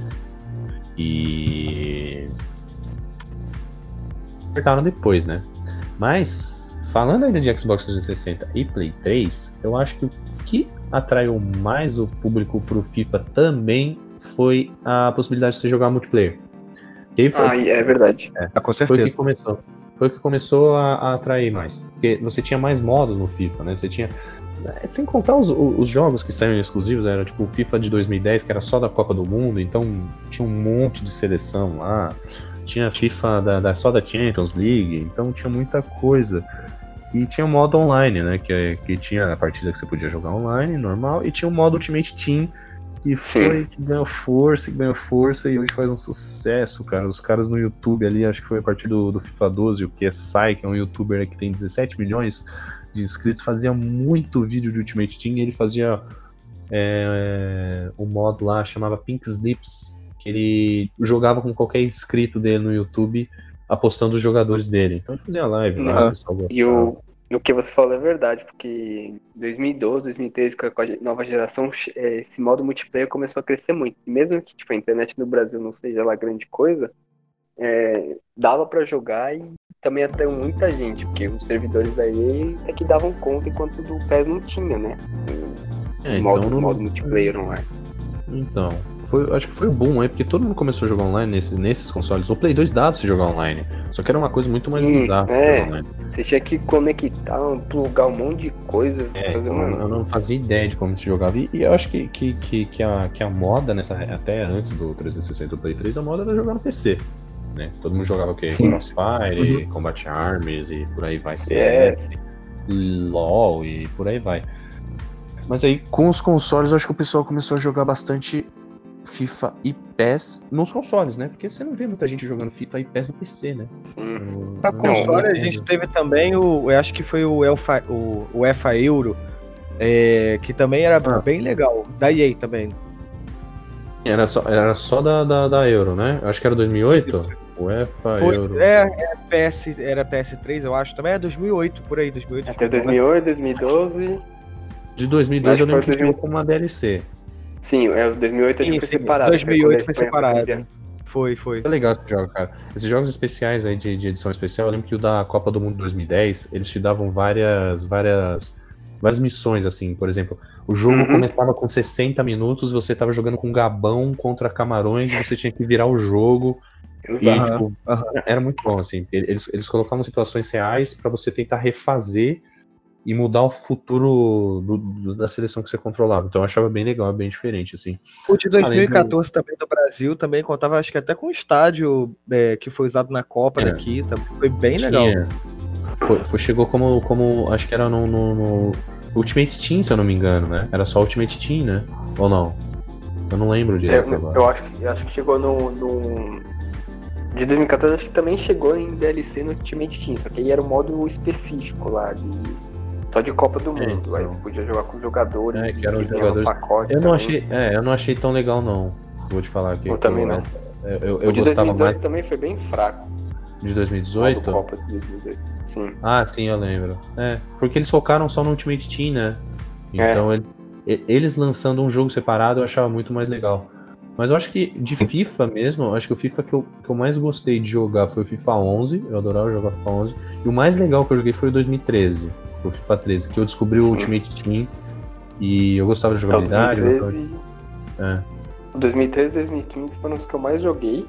e acertaram depois, né? Mas, falando ainda de Xbox trezentos e sessenta e Play três, eu acho que o que atraiu mais o público pro FIFA também foi a possibilidade de você jogar multiplayer. E aí foi, Ah, é verdade. Ah, com foi o certeza. que começou. Foi o que começou a, a atrair mais. Porque você tinha mais modos no FIFA, né? Você tinha. Sem contar os, os jogos que saíram exclusivos, era tipo o FIFA de dois mil e dez, que era só da Copa do Mundo, então tinha um monte de seleção lá. Tinha FIFA da, da- só da Champions League, então tinha muita coisa. E tinha o modo online, né? Que, que tinha a partida que você podia jogar online, normal, e tinha o modo Ultimate Team, que foi que ganhou força, que ganhou força e hoje faz um sucesso, cara. Os caras no YouTube ali, acho que foi a partir do, do FIFA doze, o Q S I, que é um youtuber aí que tem dezessete milhões de inscritos, fazia muito vídeo de Ultimate Team e ele fazia é, um modo lá, chamava Pink Slips, que ele jogava com qualquer inscrito dele no YouTube, apostando os jogadores dele. Então ele fazia live lá, Uhum. o pessoal E gostava. o, e o que você falou é verdade, porque em dois mil e doze, dois mil e treze, com a com a nova geração, eh, esse modo multiplayer começou a crescer muito. E mesmo que tipo, a internet no Brasil não seja lá grande coisa, eh, dava pra jogar e também atraiu muita gente, porque os servidores da E A é que davam conta enquanto do P E S não tinha, né? É, O modo, então não- modo multiplayer online. Então, foi, acho que foi bom, é porque todo mundo começou a jogar online nesse- nesses consoles. O Play dois dava pra você jogar online, só que era uma coisa muito mais Hum, bizarra é. jogar online. Você tinha que conectar, plugar um monte de coisa, É, fazer então uma... eu não fazia ideia de como se jogava. E, e eu acho que, que, que, que, a, que a moda, nessa, até antes do trezentos e sessenta do Play três, a moda era jogar no P C. né? Todo mundo jogava o quê? Sim. Crossfire, Uhum. Combat Arms e por aí vai, C É. S, LoL e por aí vai. Mas aí, com os consoles, eu acho que o pessoal começou a jogar bastante FIFA e P E S nos consoles, né? Porque você não vê muita gente jogando FIFA e P E S no P C, né? Hum. Eu- Pra eu não console, a entendo. gente teve também o. Eu acho que foi o UEFA, o, o UEFA Euro, é, que também era Ah. bem legal. Da E A também. Era só, era só da, da, da Euro, né? Eu acho que era dois mil e oito? UEFA Foi, Euro. é, é P S, era P S três, eu acho. Também é dois mil e oito, por aí, dois mil e oito. Até dois mil e oito, dois mil e doze. De dois mil e doze eu Acho que lembro que foi chegou dois mil. como uma D L C. Sim, é, o dois mil e oito acho que Sim, foi sim, separado. dois mil e oito foi quando a Espanha separado. campeã. Foi, foi. É legal esse jogo, cara. Esses jogos especiais aí de, de edição especial, eu lembro que o da Copa do Mundo dois mil e dez, eles te davam várias, várias, várias missões, assim. Por exemplo, o jogo Uhum. começava com sessenta minutos, você tava jogando com Gabão contra Camarões, e você tinha que virar o jogo. E, Exato. tipo, Aham. era muito bom, assim. Eles, eles colocavam situações reais pra você tentar refazer e mudar o futuro do- do- da seleção que você controlava. Então eu achava bem legal, bem diferente, assim. O de dois mil e Além quatorze também do Brasil também contava, acho que até com o estádio é, que foi usado na Copa É. daqui. Também foi bem Tinha- legal. Foi, foi- chegou como, como. Acho que era no, no- no Ultimate Team, se eu não me engano, né? Era só Ultimate Team, né? Ou não? Eu não lembro direito Eu, agora. eu acho, que- eu acho que chegou no, no. De dois mil e quatorze, acho que também chegou em D L C no Ultimate Team, só que aí era um modo específico lá, de, só de Copa do É, Mundo. então. Aí você podia jogar com jogadores. É, que eram vinha no jogadores- pacote Eu não também. achei. É, eu não achei tão legal, não. Vou te falar aqui. Eu também não. Eu, eu, eu O de gostava dois mil e doze mais também foi bem fraco. de dois mil e O dezoito. modo Copa de dois mil e doze. Sim. Ah, sim, eu lembro. É, porque eles focaram só no Ultimate Team, né? É. Então ele- e- eles lançando um jogo separado eu achava muito mais legal. Mas eu acho que de FIFA mesmo, eu acho que o FIFA que eu, que eu mais gostei de jogar foi o FIFA onze. Eu adorava jogar FIFA onze. E o mais legal que eu joguei foi o dois mil e treze, o FIFA treze, que eu descobri o Sim. Ultimate Team e eu gostava da É, o jogabilidade. eu gostava- dois mil e treze, É. o dois mil e treze e dois mil e quinze foram os que eu mais joguei.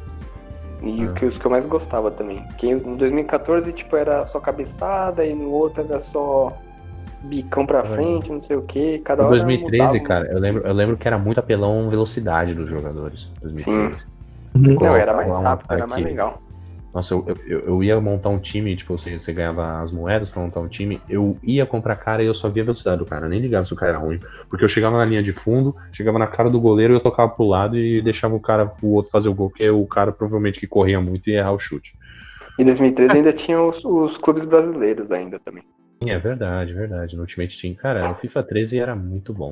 E É. o que- os que eu mais gostava também. Porque no dois mil e quatorze, tipo, era só cabeçada, e no outro era só bicão pra frente, não sei o que. Cada Em hora dois mil e treze, mudava. cara, eu lembro, eu lembro que era muito apelão velocidade dos jogadores. dois mil e treze. Não, Colocava era mais lá um rápido, era mais ataque- legal. Nossa, eu, eu, eu ia montar um time, tipo, você, você ganhava as moedas pra montar um time, eu ia comprar cara e eu só via a velocidade do cara, eu nem ligava se o cara era ruim. Porque eu chegava na linha de fundo, chegava na cara do goleiro, eu tocava pro lado e deixava o cara, o outro fazer o gol, que é o cara provavelmente que corria muito e ia errar o chute. E dois mil e treze ainda tinha os, os clubes brasileiros ainda também. Sim, é verdade, verdade. No Ultimate Team, cara, o FIFA treze era muito bom.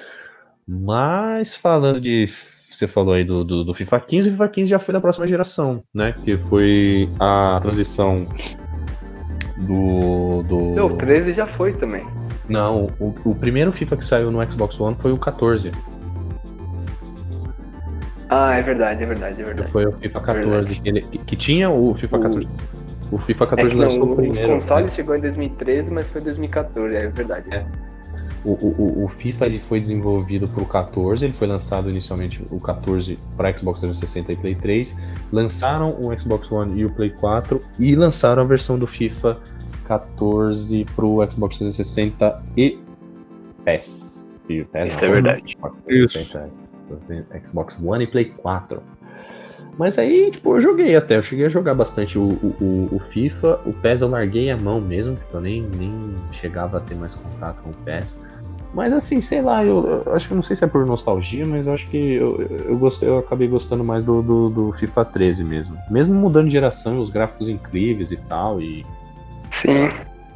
Mas falando de. Você falou aí do, do, do FIFA quinze, o FIFA quinze já foi da próxima geração, né? Que foi a transição do. do... Não, o treze já foi também. Não, o, o primeiro FIFA que saiu no Xbox One foi o quatorze. Ah, é verdade, é verdade, é Que verdade. foi o FIFA quatorze. Verdade. Que, ele, que tinha o FIFA O- quatorze. O FIFA É quatorze que não, lançou os primeiro. consoles né? chegou em dois mil e treze, mas foi dois mil e quatorze, é verdade. É. O, o, o FIFA ele foi desenvolvido para o quatorze, ele foi lançado inicialmente o quatorze para Xbox trezentos e sessenta e Play três, lançaram o Xbox One e o Play quatro e lançaram a versão do FIFA quatorze para o Xbox trezentos e sessenta e P E S. E o P E S Isso não, é verdade. Xbox trezentos e sessenta, Xbox One e Play quatro. Mas aí, tipo, eu joguei até, eu cheguei a jogar bastante o, o, o- o FIFA, o P E S eu larguei a mão mesmo, porque eu nem, nem chegava a ter mais contato com o P E S. Mas assim, sei lá, eu, eu acho que não sei se é por nostalgia, mas eu acho que eu, eu, gostei, eu acabei gostando mais do, do, do FIFA treze mesmo. Mesmo mudando de geração, os gráficos incríveis e tal, e Sim.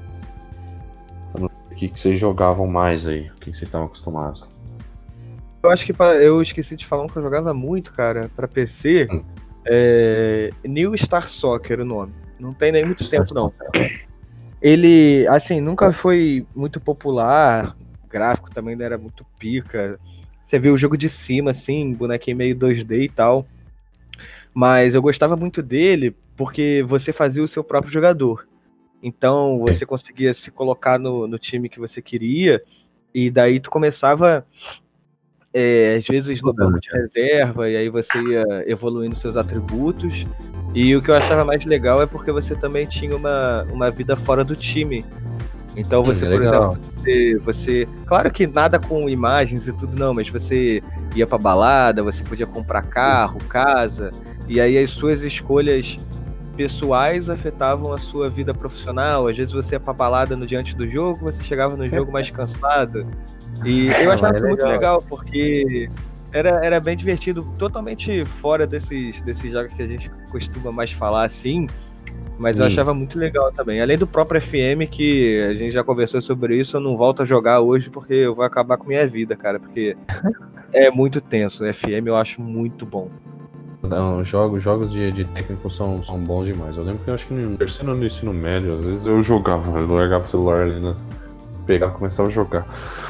o que, que vocês jogavam mais aí, o que, que vocês estavam acostumados. Eu acho que pra- eu esqueci de falar um que eu jogava muito, cara, pra P C. Hum. É, New Star Soccer o nome. Não tem nem muito tempo, não. Ele, assim, nunca foi muito popular. O gráfico também não era muito pica. Você vê o jogo de cima, assim, bonequinho meio dois D e tal. Mas eu gostava muito dele porque você fazia o seu próprio jogador. Então você conseguia se colocar no, no time que você queria. E daí tu começava, é, às vezes, no banco de reserva. E aí você ia evoluindo seus atributos. E o que eu achava mais legal é porque você também tinha uma, uma vida fora do time. Então você, Hum, por legal. exemplo, você, você... Claro que nada com imagens e tudo não, mas você ia pra balada, você podia comprar carro, casa, e aí as suas escolhas pessoais afetavam a sua vida profissional. Às vezes você ia pra balada no diante do jogo, você chegava no jogo mais cansado. E eu achava é isso muito legal. legal, porque era, era bem divertido, totalmente fora desses, desses jogos que a gente costuma mais falar assim, mas eu Hum. achava muito legal também. Além do próprio F M, que a gente já conversou sobre isso, eu não volto a jogar hoje porque eu vou acabar com minha vida, cara, porque é muito tenso. O F M eu acho muito bom. Não, jogos, jogos de, de técnico são, são bons demais. Eu lembro que eu acho que no terceiro ano do ensino médio, às vezes eu jogava, eu largava o celular ali, né? Pegava e começava a jogar.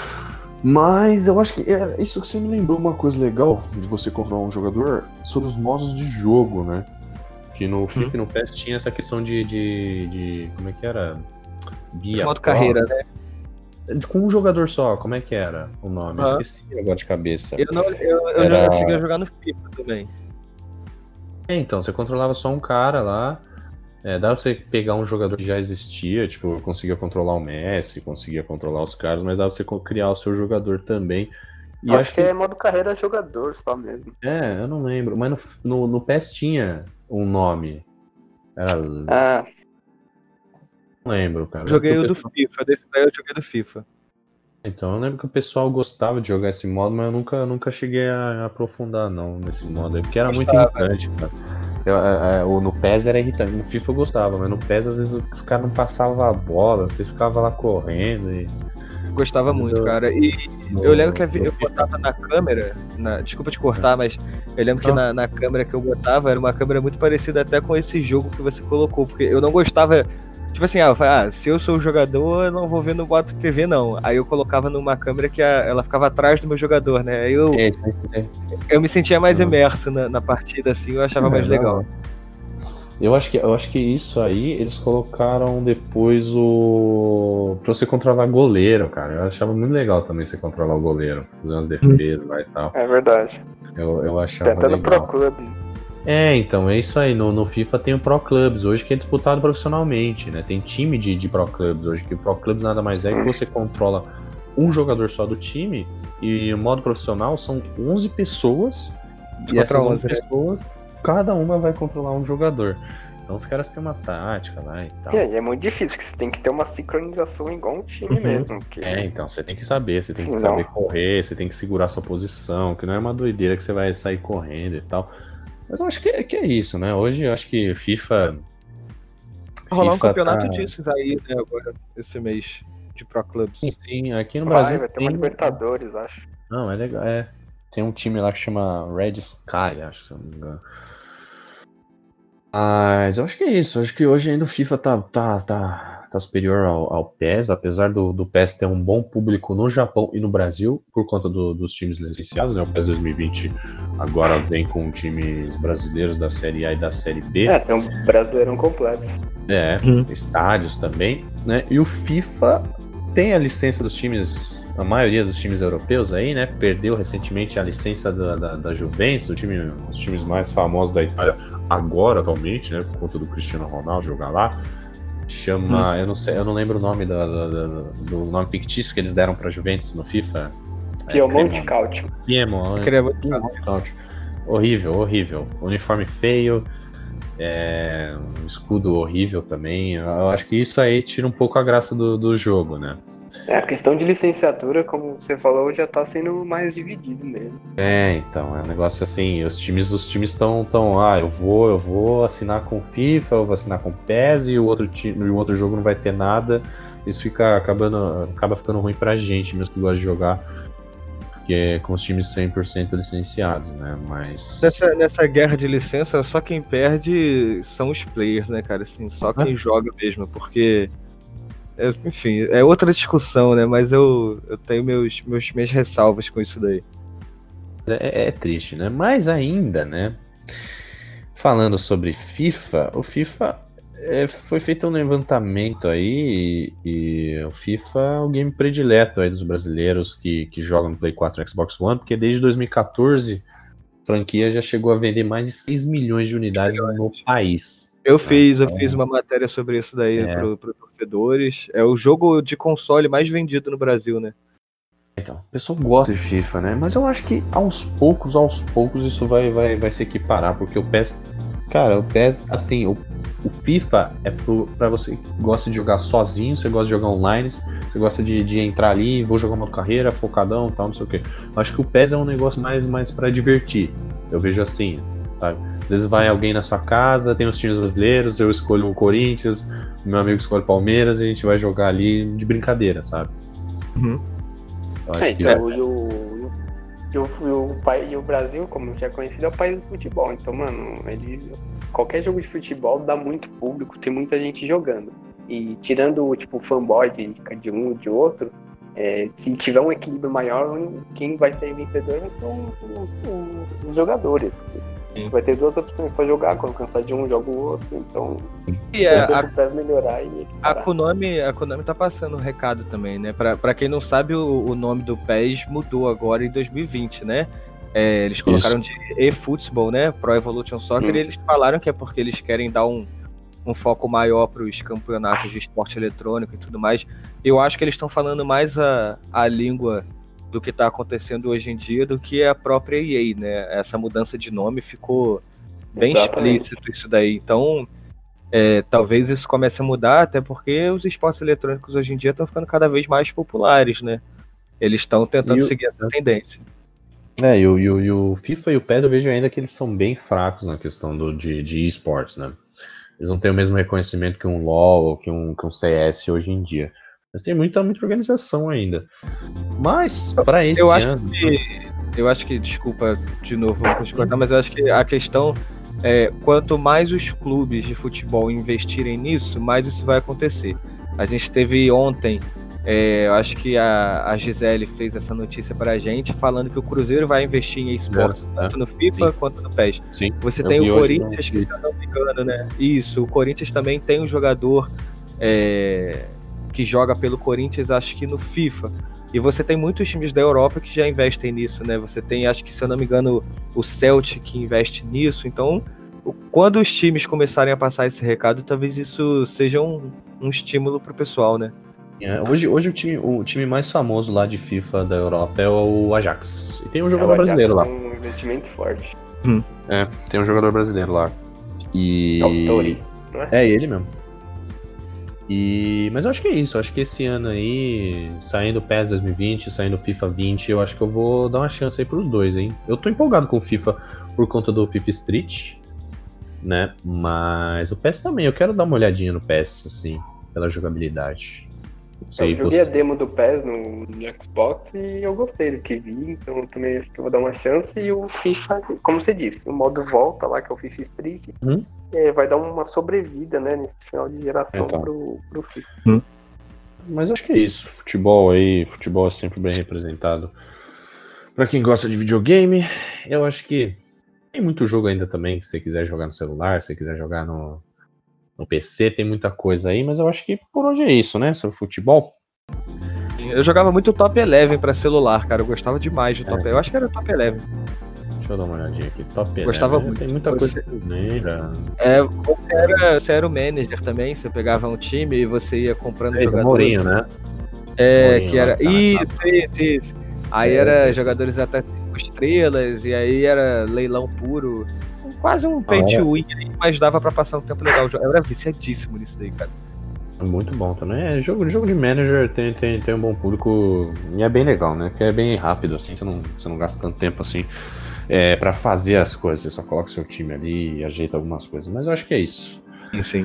Mas eu acho que é isso que você me lembrou uma coisa legal de você controlar um jogador sobre os modos de jogo, né? Que no FIFA e no P E S tinha essa questão de. de, de como é que era? Bia Modo carreira, né? Com um jogador só, como é que era o nome? Eu Ah. esqueci agora de cabeça. Eu, não, eu, eu Era- já cheguei a jogar no FIFA também. É, então, você controlava só um cara lá. É, dá pra você pegar um jogador que já existia, tipo, eu conseguia controlar o Messi, conseguia controlar os caras, mas dá pra você co- criar o seu jogador também. E Acho que é modo carreira jogador só mesmo. É, eu não lembro, mas no, no, no P E S tinha um nome. Era. Ah, Não lembro, cara. Eu joguei Eu o lembro do que o FIFA, desse daí eu joguei do FIFA. pessoal- Então, eu lembro que o pessoal gostava de jogar esse modo, mas eu nunca, nunca cheguei a aprofundar, não, nesse modo aí, porque era muito Gostava. irritante, cara. Eu, é, é, o- no P E S era irritante, no FIFA eu gostava, mas no P E S às vezes os caras não passavam a bola, você ficava lá correndo e. Gostava Mas muito, eu- cara. E no- eu lembro que no eu FIFA- botava na câmera, na- desculpa te cortar, mas eu lembro que Não. na, na câmera que eu botava era uma câmera muito parecida até com esse jogo que você colocou, porque eu não gostava. Tipo assim, ah, eu falei, ah, se eu sou o jogador, eu não vou ver no Boto T V, não. Aí eu colocava numa câmera que a- ela ficava atrás do meu jogador, né? Aí eu, É, isso aí, é. eu me sentia mais Uhum. imerso na, na partida, assim, eu achava É, mais legal. não. Eu acho, que, eu acho que isso aí eles colocaram depois o. Pra você controlar goleiro, cara. Eu achava muito legal também você controlar o goleiro, fazer umas defesas lá e tal. é verdade. Eu, eu achava Tem até no Pro legal. Club. É, então, é isso aí. No, no FIFA tem o Pro Clubs hoje que é disputado profissionalmente, né? Tem time de, de Pro Clubs hoje, que o Pro Clubs nada mais é que você controla um jogador só do time e o modo profissional são onze pessoas e Contra essas onze onze, né? pessoas, cada uma vai controlar um jogador. Então os caras têm uma tática lá e tal. E aí é muito difícil, porque você tem que ter uma sincronização igual um time Uhum. mesmo. Que... É, então, você tem que saber, você tem que Sim, saber não. correr, você tem que segurar sua posição, que não é uma doideira que você vai sair correndo e tal. Mas eu acho que, é- que é isso, né? Hoje eu acho que FIFA. Vai rolar um FIFA campeonato tá- disso aí, né, agora, esse mês, de Pro Clubs. Sim, sim, aqui no Vai, Brasil. vai ter uma tem- Libertadores, acho. Não, é legal. É. Tem um time lá que chama Red Sky, acho, se eu não me engano. Mas eu acho que é isso. Eu acho que hoje ainda o FIFA tá, tá, tá, tá superior ao, ao P E S, apesar do, do P E S ter um bom público no Japão e no Brasil, por conta do- dos times licenciados, né? O P E S dois mil e vinte agora vem com times brasileiros da Série A e da Série B. É, tem um Brasileirão completo. É, Uhum. estádios também, né? E o FIFA tem a licença dos times, a maioria dos times europeus aí, né? Perdeu recentemente a licença da, da, da Juventus, o time, os times mais famosos da Itália agora, atualmente, né? Por conta do Cristiano Ronaldo jogar lá. Chama, eu não sei, eu não lembro o nome da- da- da- do nome fictício que eles deram pra Juventus no FIFA. Piemonte Cáutio. Piemont, Queria muito- Piemonte. Horrível, horrível. Uniforme feio, é, um escudo horrível também. Eu acho que isso aí tira um pouco a graça do, do jogo, né? É, a questão de licenciatura, como você falou, já tá sendo mais dividido mesmo. É, então, é um negócio assim, os times, os times estão, tão, ah, eu vou, eu vou assinar com FIFA, eu vou assinar com P E S e o outro time, e o outro jogo não vai ter nada. Isso fica acabando, acaba ficando ruim pra gente mesmo que gosta de jogar, porque é com os times cem por cento licenciados, né? Mas Nessa, nessa guerra de licença, só quem perde são os players, né, cara? Assim, só quem joga mesmo, porque. é, enfim, é outra discussão, né? Mas eu, eu tenho meus, meus, minhas ressalvas com isso daí. É, é triste, né? Mas ainda, né? Falando sobre FIFA, o FIFA é, foi feito um levantamento aí e, e o FIFA é o game predileto aí dos brasileiros que, que jogam no Play quatro e Xbox One, porque desde dois mil e quatorze a franquia já chegou a vender mais de seis milhões de unidades no país. Eu fiz, eu Então, fiz uma matéria sobre isso daí É. pro, pro torcedores. É o jogo de console mais vendido no Brasil, né? Então, o pessoal gosta de FIFA, né? Mas eu acho que aos poucos, aos poucos, isso vai, vai, vai se equiparar, porque o P E S, cara, o P E S, assim, o O FIFA é pro, pra você que gosta de jogar sozinho, você gosta de jogar online, você gosta de, de entrar ali, vou jogar modo carreira, focadão, tal, não sei o que. Acho que o P E S é um negócio mais, mais pra divertir. Eu vejo assim, sabe? Às vezes vai alguém na sua casa, tem os times brasileiros, eu escolho o Corinthians, meu amigo escolhe o Palmeiras e a gente vai jogar ali de brincadeira, sabe? Uhum. Eu acho É, que então, e o, e, o, e, o, e o Brasil, como já é conhecido, é o país do futebol. Então, mano, ele, qualquer jogo de futebol dá muito público, tem muita gente jogando. E tirando tipo, o fanboy de, de um e de outro, é, se tiver um equilíbrio maior, quem vai ser vencedor vai ser os jogadores. Sim. Vai ter duas opções pra jogar, quando cansar de um, joga o outro, então e é, a, o melhorar e a Konami, a Konami tá passando um recado também, né? Pra, pra quem não sabe, o, o nome do P E S mudou agora em dois mil e vinte, né? É, eles colocaram Isso. de eFootball, né? Pro Evolution Soccer, hum. e eles falaram que é porque eles querem dar um, um foco maior pros campeonatos de esporte eletrônico e tudo mais. Eu acho que eles estão falando mais a, a língua do que está acontecendo hoje em dia do que a própria E A, né? Essa mudança de nome ficou bem Exatamente. explícito isso daí. Então, é, talvez isso comece a mudar, até porque os esportes eletrônicos hoje em dia estão ficando cada vez mais populares, né? Eles estão tentando o... seguir essa tendência. É, e o, e, o, e o FIFA e o P E S eu vejo ainda que eles são bem fracos na questão do, de, de esportes, né? Eles não têm o mesmo reconhecimento que um LoL ou que um, que um C S hoje em dia. Mas tem muita, muita organização ainda. Mas, para esse eu ano... Acho que, eu acho que, desculpa de novo, vou te cortar, mas eu acho que a questão é, quanto mais os clubes de futebol investirem nisso, mais isso vai acontecer. A gente teve ontem, é, eu acho que a, a Gisele fez essa notícia pra gente, falando que o Cruzeiro vai investir em esportes, é, tanto no FIFA Sim. quanto no P E S. Sim. Você eu tem o Corinthians, que se eu não me engano, né? Isso, o Corinthians também tem um jogador... É, que joga pelo Corinthians, acho que no FIFA. E você tem muitos times da Europa que já investem nisso, né? Você tem, acho que, se eu não me engano, o Celtic que investe nisso. Então, quando os times começarem a passar esse recado, talvez isso seja um, um estímulo pro pessoal, né? É, hoje hoje o, time, o time mais famoso lá de FIFA da Europa é o Ajax. E tem um jogador é, brasileiro lá. Um investimento forte. Hum. É, tem um jogador brasileiro lá. E... Autori, não é? É ele mesmo. E... Mas eu acho que é isso, eu acho que esse ano aí, saindo o P E S dois mil e vinte, saindo o FIFA vinte, eu acho que eu vou dar uma chance aí pros dois, hein? Eu tô empolgado com o FIFA por conta do FIFA Street, né? Mas o P E S também, eu quero dar uma olhadinha no P E S, assim, pela jogabilidade. Não sei, eu joguei você... a demo do P E S no, no Xbox e eu gostei do que vi, então eu também acho que eu vou dar uma chance. E o FIFA, como você disse, o modo volta lá, que é o FIFA Street, hum? é, vai dar uma sobrevida, né, nesse final de geração então. pro, pro FIFA. Hum. Mas acho que é isso, futebol aí, futebol é sempre bem representado. Pra quem gosta de videogame, eu acho que tem muito jogo ainda também, se você quiser jogar no celular, se você quiser jogar no... No P C tem muita coisa aí, mas eu acho que por hoje é isso, né? Sobre futebol. Eu jogava muito Top Eleven pra celular, cara. Eu gostava demais de Top é. Eu acho que era Top Eleven. Deixa eu dar uma olhadinha aqui. Top Eleven. Gostava muito. Tem muita você... coisa maneira. É, você era, você era o manager também. Você pegava um time e você ia comprando Sei, jogadores. Mourinho, né? É, Mourinho, que era. Tá, isso, tá. isso, isso. Aí é, era jogadores até cinco estrelas, e aí era leilão puro. Quase um pay to win, mas dava pra passar um tempo legal. Eu era viciadíssimo nisso daí, cara. Muito bom também. É, jogo, jogo de manager tem, tem, tem um bom público e é bem legal, né? Porque é bem rápido, assim, você não, você não gasta tanto tempo assim é, pra fazer as coisas. Você só coloca seu time ali e ajeita algumas coisas. Mas eu acho que é isso. Sim.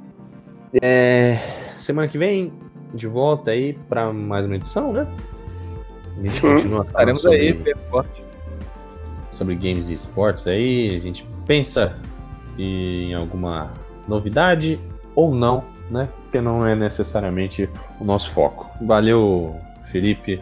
É, semana que vem, de volta aí pra mais uma edição, né? A gente Sim. continua Estaremos sobre... aí, bem forte. sobre games e esportes aí, a gente pensa em alguma novidade ou não, né? Porque não é necessariamente o nosso foco. Valeu, Felipe.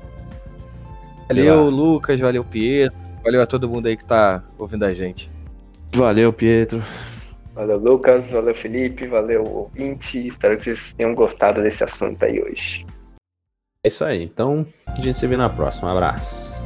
Valeu, Lucas, valeu, Pietro. Valeu a todo mundo aí que tá ouvindo a gente. Valeu, Pietro. Valeu, Lucas. Valeu, Felipe. Valeu, ouvinte. Espero que vocês tenham gostado desse assunto aí hoje. É isso aí. Então, a gente se vê na próxima. Um abraço.